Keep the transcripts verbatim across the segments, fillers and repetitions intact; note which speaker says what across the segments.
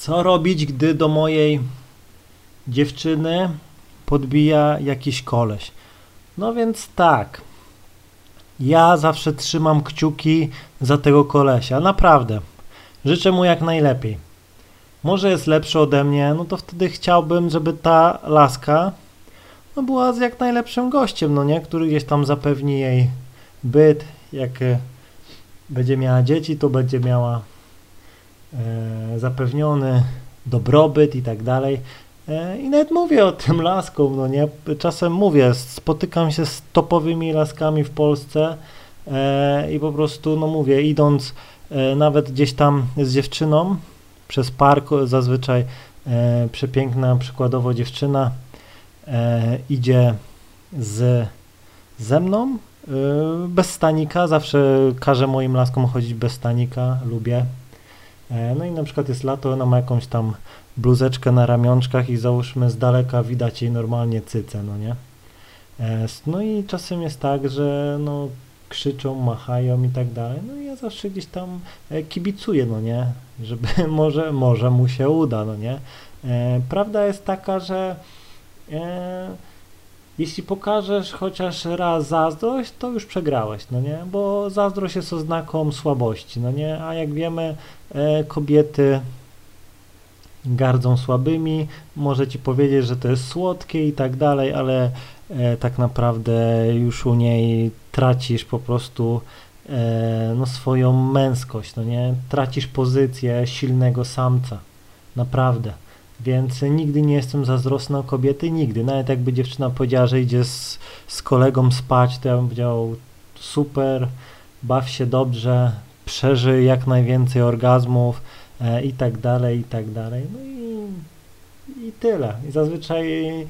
Speaker 1: Co robić, gdy do mojej dziewczyny podbija jakiś koleś? No więc tak, ja zawsze trzymam kciuki za tego kolesia, naprawdę. Życzę mu jak najlepiej. Może jest lepszy ode mnie, no to wtedy chciałbym, żeby ta laska no była z jak najlepszym gościem, no nie? Który gdzieś tam zapewni jej byt, jak e, będzie miała dzieci, to będzie miała e, zapewniony dobrobyt i tak dalej. E, I nawet mówię o tym laskom, no nie? Czasem mówię, spotykam się z topowymi laskami w Polsce e, i po prostu, no mówię, idąc e, nawet gdzieś tam z dziewczyną przez park, zazwyczaj e, przepiękna przykładowo dziewczyna e, idzie z, ze mną e, bez stanika, zawsze każę moim laskom chodzić bez stanika, lubię. E, no i na przykład jest lato, ona ma jakąś tam bluzeczkę na ramionczkach i załóżmy z daleka widać jej normalnie cycę, no nie? E, no i czasem jest tak, że no krzyczą, machają i tak dalej, no i ja zawsze gdzieś tam e, kibicuję, no nie? Żeby może, może mu się uda, no nie? E, prawda jest taka, że e, jeśli pokażesz chociaż raz zazdrość, to już przegrałeś, no nie? Bo zazdrość jest oznaką słabości, no nie? A jak wiemy, e, kobiety gardzą słabymi, może ci powiedzieć, że to jest słodkie i tak dalej, ale e, tak naprawdę już u niej tracisz po prostu e, no swoją męskość, no nie? Tracisz pozycję silnego samca, naprawdę. Więc nigdy nie jestem zazdrosny o kobiety, nigdy. Nawet jakby dziewczyna powiedziała, że idzie z, z kolegą spać, to ja bym powiedział super, baw się dobrze, przeżyj jak najwięcej orgazmów e, i tak dalej, i tak dalej. No i, i tyle. I zazwyczaj e,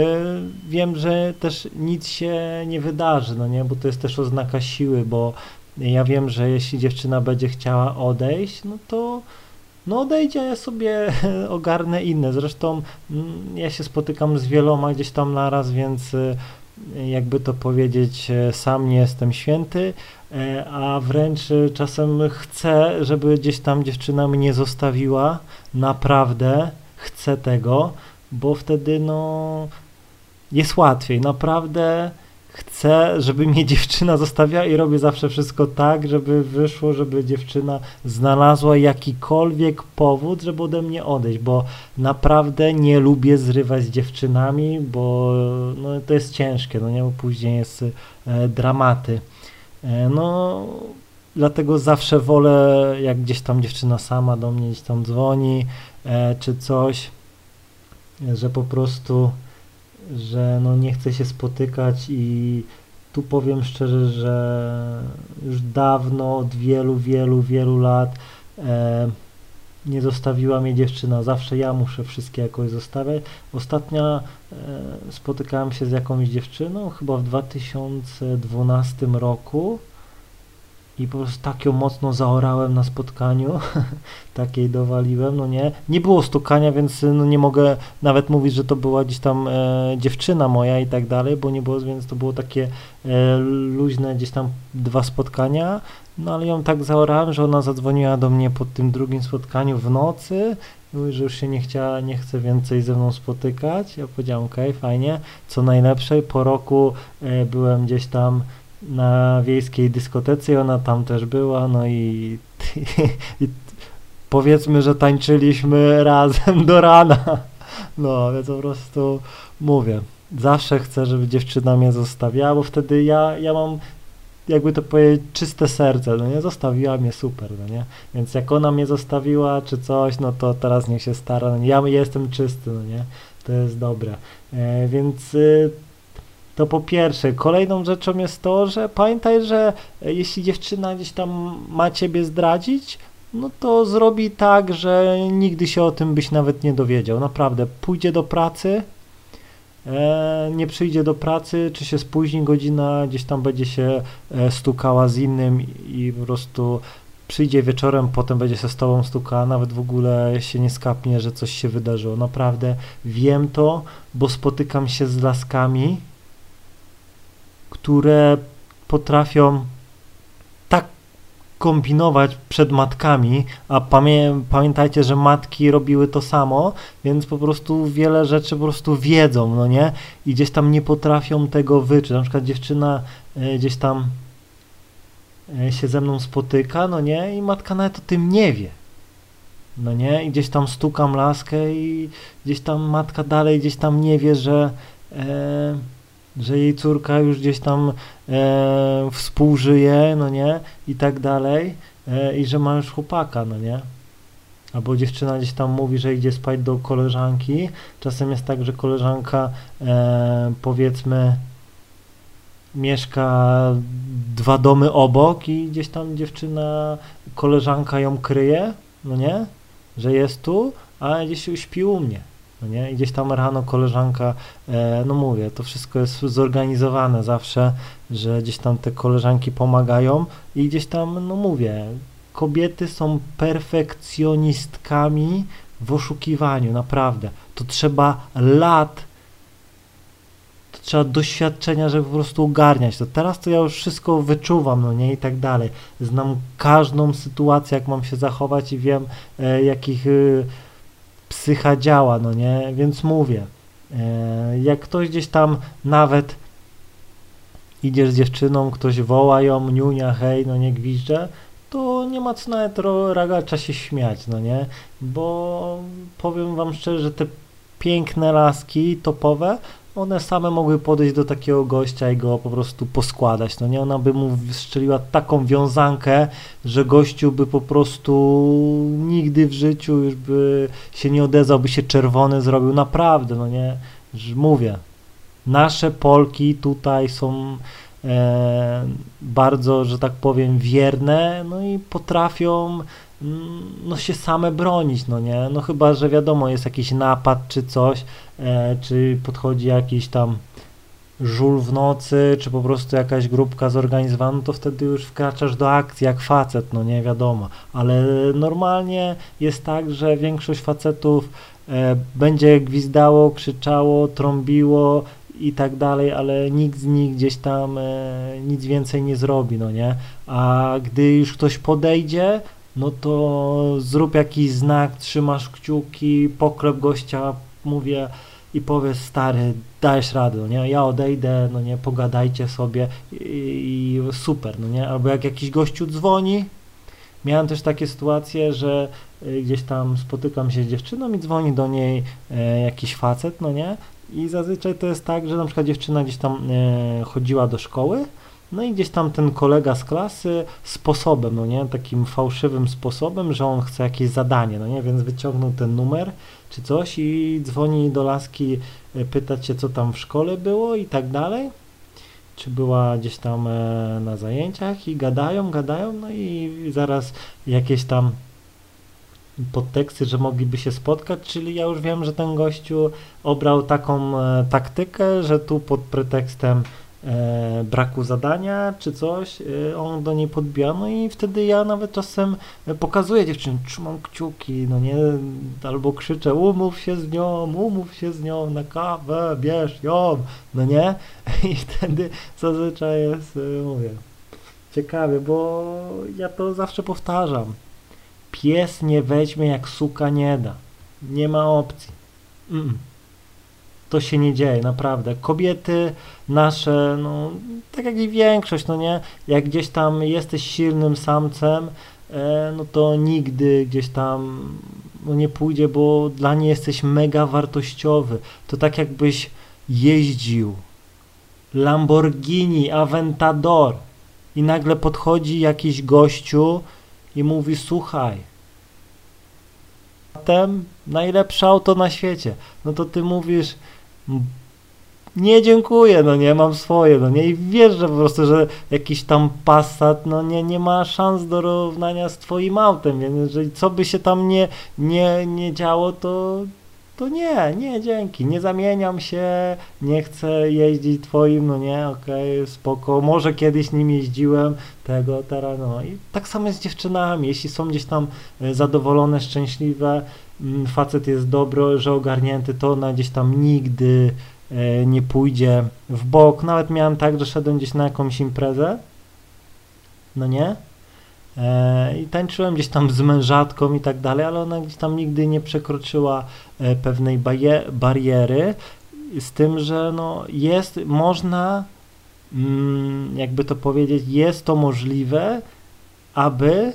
Speaker 1: wiem, że też nic się nie wydarzy, no nie, bo to jest też oznaka siły, bo ja wiem, że jeśli dziewczyna będzie chciała odejść, no to no odejdzie, a ja sobie ogarnę inne. Zresztą mm, ja się spotykam z wieloma gdzieś tam naraz, więc y, jakby to powiedzieć, y, sam nie jestem święty, y, a wręcz y, czasem chcę, żeby gdzieś tam dziewczyna mnie zostawiła. Naprawdę chcę tego, bo wtedy no jest łatwiej. Naprawdę chcę, żeby mnie dziewczyna zostawiała i robię zawsze wszystko tak, żeby wyszło, żeby dziewczyna znalazła jakikolwiek powód, żeby ode mnie odejść, bo naprawdę nie lubię zrywać z dziewczynami, bo no, to jest ciężkie, no nie, bo później jest e, dramaty. E, no, dlatego zawsze wolę, jak gdzieś tam dziewczyna sama do mnie gdzieś tam dzwoni, e, czy coś, że po prostu że no nie chcę się spotykać i tu powiem szczerze, że już dawno, od wielu, wielu, wielu lat e, nie zostawiła mnie dziewczyna. Zawsze ja muszę wszystkie jakoś zostawiać. Ostatnio e, spotykałem się z jakąś dziewczyną, chyba w dwa tysiące dwunastym roku i po prostu tak ją mocno zaorałem na spotkaniu, takiej dowaliłem, no nie. Nie było stukania, więc no nie mogę nawet mówić, że to była gdzieś tam e, dziewczyna moja i tak dalej, bo nie było, więc to było takie e, luźne gdzieś tam dwa spotkania, no ale ją tak zaorałem, że ona zadzwoniła do mnie po tym drugim spotkaniu w nocy i mówi, że już się nie chciała, nie chce więcej ze mną spotykać. Ja powiedziałem, okej, okay, fajnie, co najlepsze, po roku e, byłem gdzieś tam na wiejskiej dyskotece i ona tam też była, no i, i powiedzmy, że tańczyliśmy razem do rana. No, więc po prostu mówię, zawsze chcę, żeby dziewczyna mnie zostawiała, bo wtedy ja, ja mam, jakby to powiedzieć, czyste serce, no nie, zostawiła mnie super, no nie, więc jak ona mnie zostawiła, czy coś, no to teraz niech się stara, no nie? Ja jestem czysty, no nie, to jest dobre, e, więc y, to po pierwsze. Kolejną rzeczą jest to, że pamiętaj, że jeśli dziewczyna gdzieś tam ma ciebie zdradzić, no to zrobi tak, że nigdy się o tym byś nawet nie dowiedział. Naprawdę, pójdzie do pracy, e, nie przyjdzie do pracy, czy się spóźni godzina, gdzieś tam będzie się e, stukała z innym i po prostu przyjdzie wieczorem, potem będzie się z tobą stukała, nawet w ogóle się nie skapnie, że coś się wydarzyło. Naprawdę wiem to, bo spotykam się z laskami, które potrafią tak kombinować przed matkami, a pamię pamiętajcie, że matki robiły to samo, więc po prostu wiele rzeczy po prostu wiedzą, no nie? I gdzieś tam nie potrafią tego wyczuć. Na przykład dziewczyna y, gdzieś tam y, się ze mną spotyka, no nie? I matka nawet o tym nie wie. No nie? I gdzieś tam stukam laskę i gdzieś tam matka dalej gdzieś tam nie wie, że, e, że jej córka już gdzieś tam e, współżyje, no nie? I tak dalej. E, I że ma już chłopaka, no nie? Albo dziewczyna gdzieś tam mówi, że idzie spać do koleżanki. Czasem jest tak, że koleżanka e, powiedzmy mieszka dwa domy obok i gdzieś tam dziewczyna, koleżanka ją kryje, no nie? Że jest tu, a gdzieś śpi u mnie, no nie? I gdzieś tam rano koleżanka, e, no mówię, to wszystko jest zorganizowane zawsze, że gdzieś tam te koleżanki pomagają i gdzieś tam, no mówię, kobiety są perfekcjonistkami w oszukiwaniu, naprawdę. To trzeba lat, to trzeba doświadczenia, żeby po prostu ogarniać to. Teraz to ja już wszystko wyczuwam, no nie, i tak dalej. Znam każdą sytuację, jak mam się zachować i wiem, e, jakich e, psycha działa, no nie, więc mówię. E, jak ktoś gdzieś tam nawet idziesz z dziewczyną, ktoś woła ją, niunia, hej, no nie gwizdże, to nie ma co nawet ragacza się śmiać, no nie, bo powiem wam szczerze, że te piękne laski topowe, one same mogły podejść do takiego gościa i go po prostu poskładać, no nie, ona by mu strzeliła taką wiązankę, że gościu by po prostu nigdy w życiu już by się nie odezwał, by się czerwony zrobił, naprawdę, no nie, że mówię, nasze Polki tutaj są e, bardzo, że tak powiem, wierne, no i potrafią no się same bronić, no nie, no chyba, że wiadomo, jest jakiś napad czy coś, e, czy podchodzi jakiś tam żul w nocy, czy po prostu jakaś grupka zorganizowana, no to wtedy już wkraczasz do akcji jak facet, no nie, wiadomo, ale normalnie jest tak, że większość facetów e, będzie gwizdało, krzyczało, trąbiło i tak dalej, ale nikt z nich gdzieś tam e, nic więcej nie zrobi, no nie, a gdy już ktoś podejdzie, no to zrób jakiś znak, trzymasz kciuki, poklep gościa, mówię i powiedz, stary, dajesz radę, no nie, ja odejdę, no nie, pogadajcie sobie i, i super, no nie, albo jak jakiś gościu dzwoni, miałem też takie sytuacje, że y, gdzieś tam spotykam się z dziewczyną i dzwoni do niej y, jakiś facet, no nie, i zazwyczaj to jest tak, że na przykład dziewczyna gdzieś tam y, chodziła do szkoły, no i gdzieś tam ten kolega z klasy sposobem, no nie, takim fałszywym sposobem, że on chce jakieś zadanie, no nie, więc wyciągnął ten numer czy coś i dzwoni do laski pytać się, co tam w szkole było i tak dalej, czy była gdzieś tam e, na zajęciach i gadają, gadają, no i zaraz jakieś tam podteksty, że mogliby się spotkać, czyli ja już wiem, że ten gościu obrał taką e, taktykę, że tu pod pretekstem E, braku zadania czy coś, e, on do niej podbija, no i wtedy ja nawet czasem e, pokazuję dziewczynie, trzymam kciuki, no nie, albo krzyczę, umów się z nią, umów się z nią na kawę, bierz ją, no nie, i wtedy zazwyczaj jest, e, mówię, ciekawie, bo ja to zawsze powtarzam, pies nie weźmie jak suka nie da, nie ma opcji. Mm. To się nie dzieje, naprawdę. Kobiety nasze, no, tak jak i większość, no nie, jak gdzieś tam jesteś silnym samcem, e, no to nigdy gdzieś tam no nie pójdzie, bo dla niej jesteś mega wartościowy. To tak jakbyś jeździł Lamborghini Aventador i nagle podchodzi jakiś gościu i mówi, słuchaj, potem najlepsze auto na świecie. No to ty mówisz, nie dziękuję, no nie, mam swoje, no nie, i wiesz, że po prostu, że jakiś tam Passat, no nie, nie ma szans do równania z twoim autem, więc jeżeli co by się tam nie, nie, nie działo, to, to nie, nie, dzięki, nie zamieniam się, nie chcę jeździć twoim, no nie, okej, okay, spoko, może kiedyś nim jeździłem, tego, teraz, no i tak samo jest z dziewczynami, jeśli są gdzieś tam zadowolone, szczęśliwe, facet jest dobry, że ogarnięty, to ona gdzieś tam nigdy e, nie pójdzie w bok. Nawet miałem tak, że szedłem gdzieś na jakąś imprezę, no nie? e, i tańczyłem gdzieś tam z mężatką i tak dalej, ale ona gdzieś tam nigdy nie przekroczyła e, pewnej baje, bariery, z tym, że no jest, można, mm, jakby to powiedzieć, jest to możliwe, aby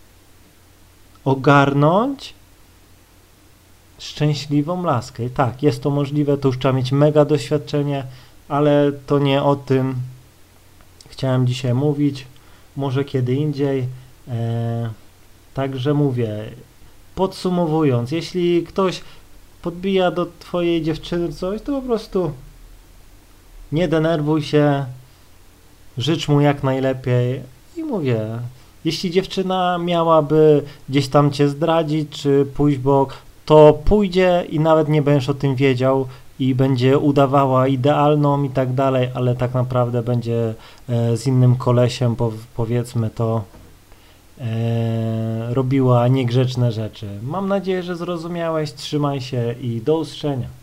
Speaker 1: ogarnąć szczęśliwą laskę. I tak, jest to możliwe, to już trzeba mieć mega doświadczenie, ale to nie o tym chciałem dzisiaj mówić, może kiedy indziej. E, także mówię, podsumowując, jeśli ktoś podbija do twojej dziewczyny coś, to po prostu nie denerwuj się, życz mu jak najlepiej i mówię, jeśli dziewczyna miałaby gdzieś tam cię zdradzić, czy pójść bok, to pójdzie i nawet nie będziesz o tym wiedział i będzie udawała idealną i tak dalej, ale tak naprawdę będzie e, z innym kolesiem, po, powiedzmy to, e, robiła niegrzeczne rzeczy. Mam nadzieję, że zrozumiałeś, trzymaj się i do usłyszenia.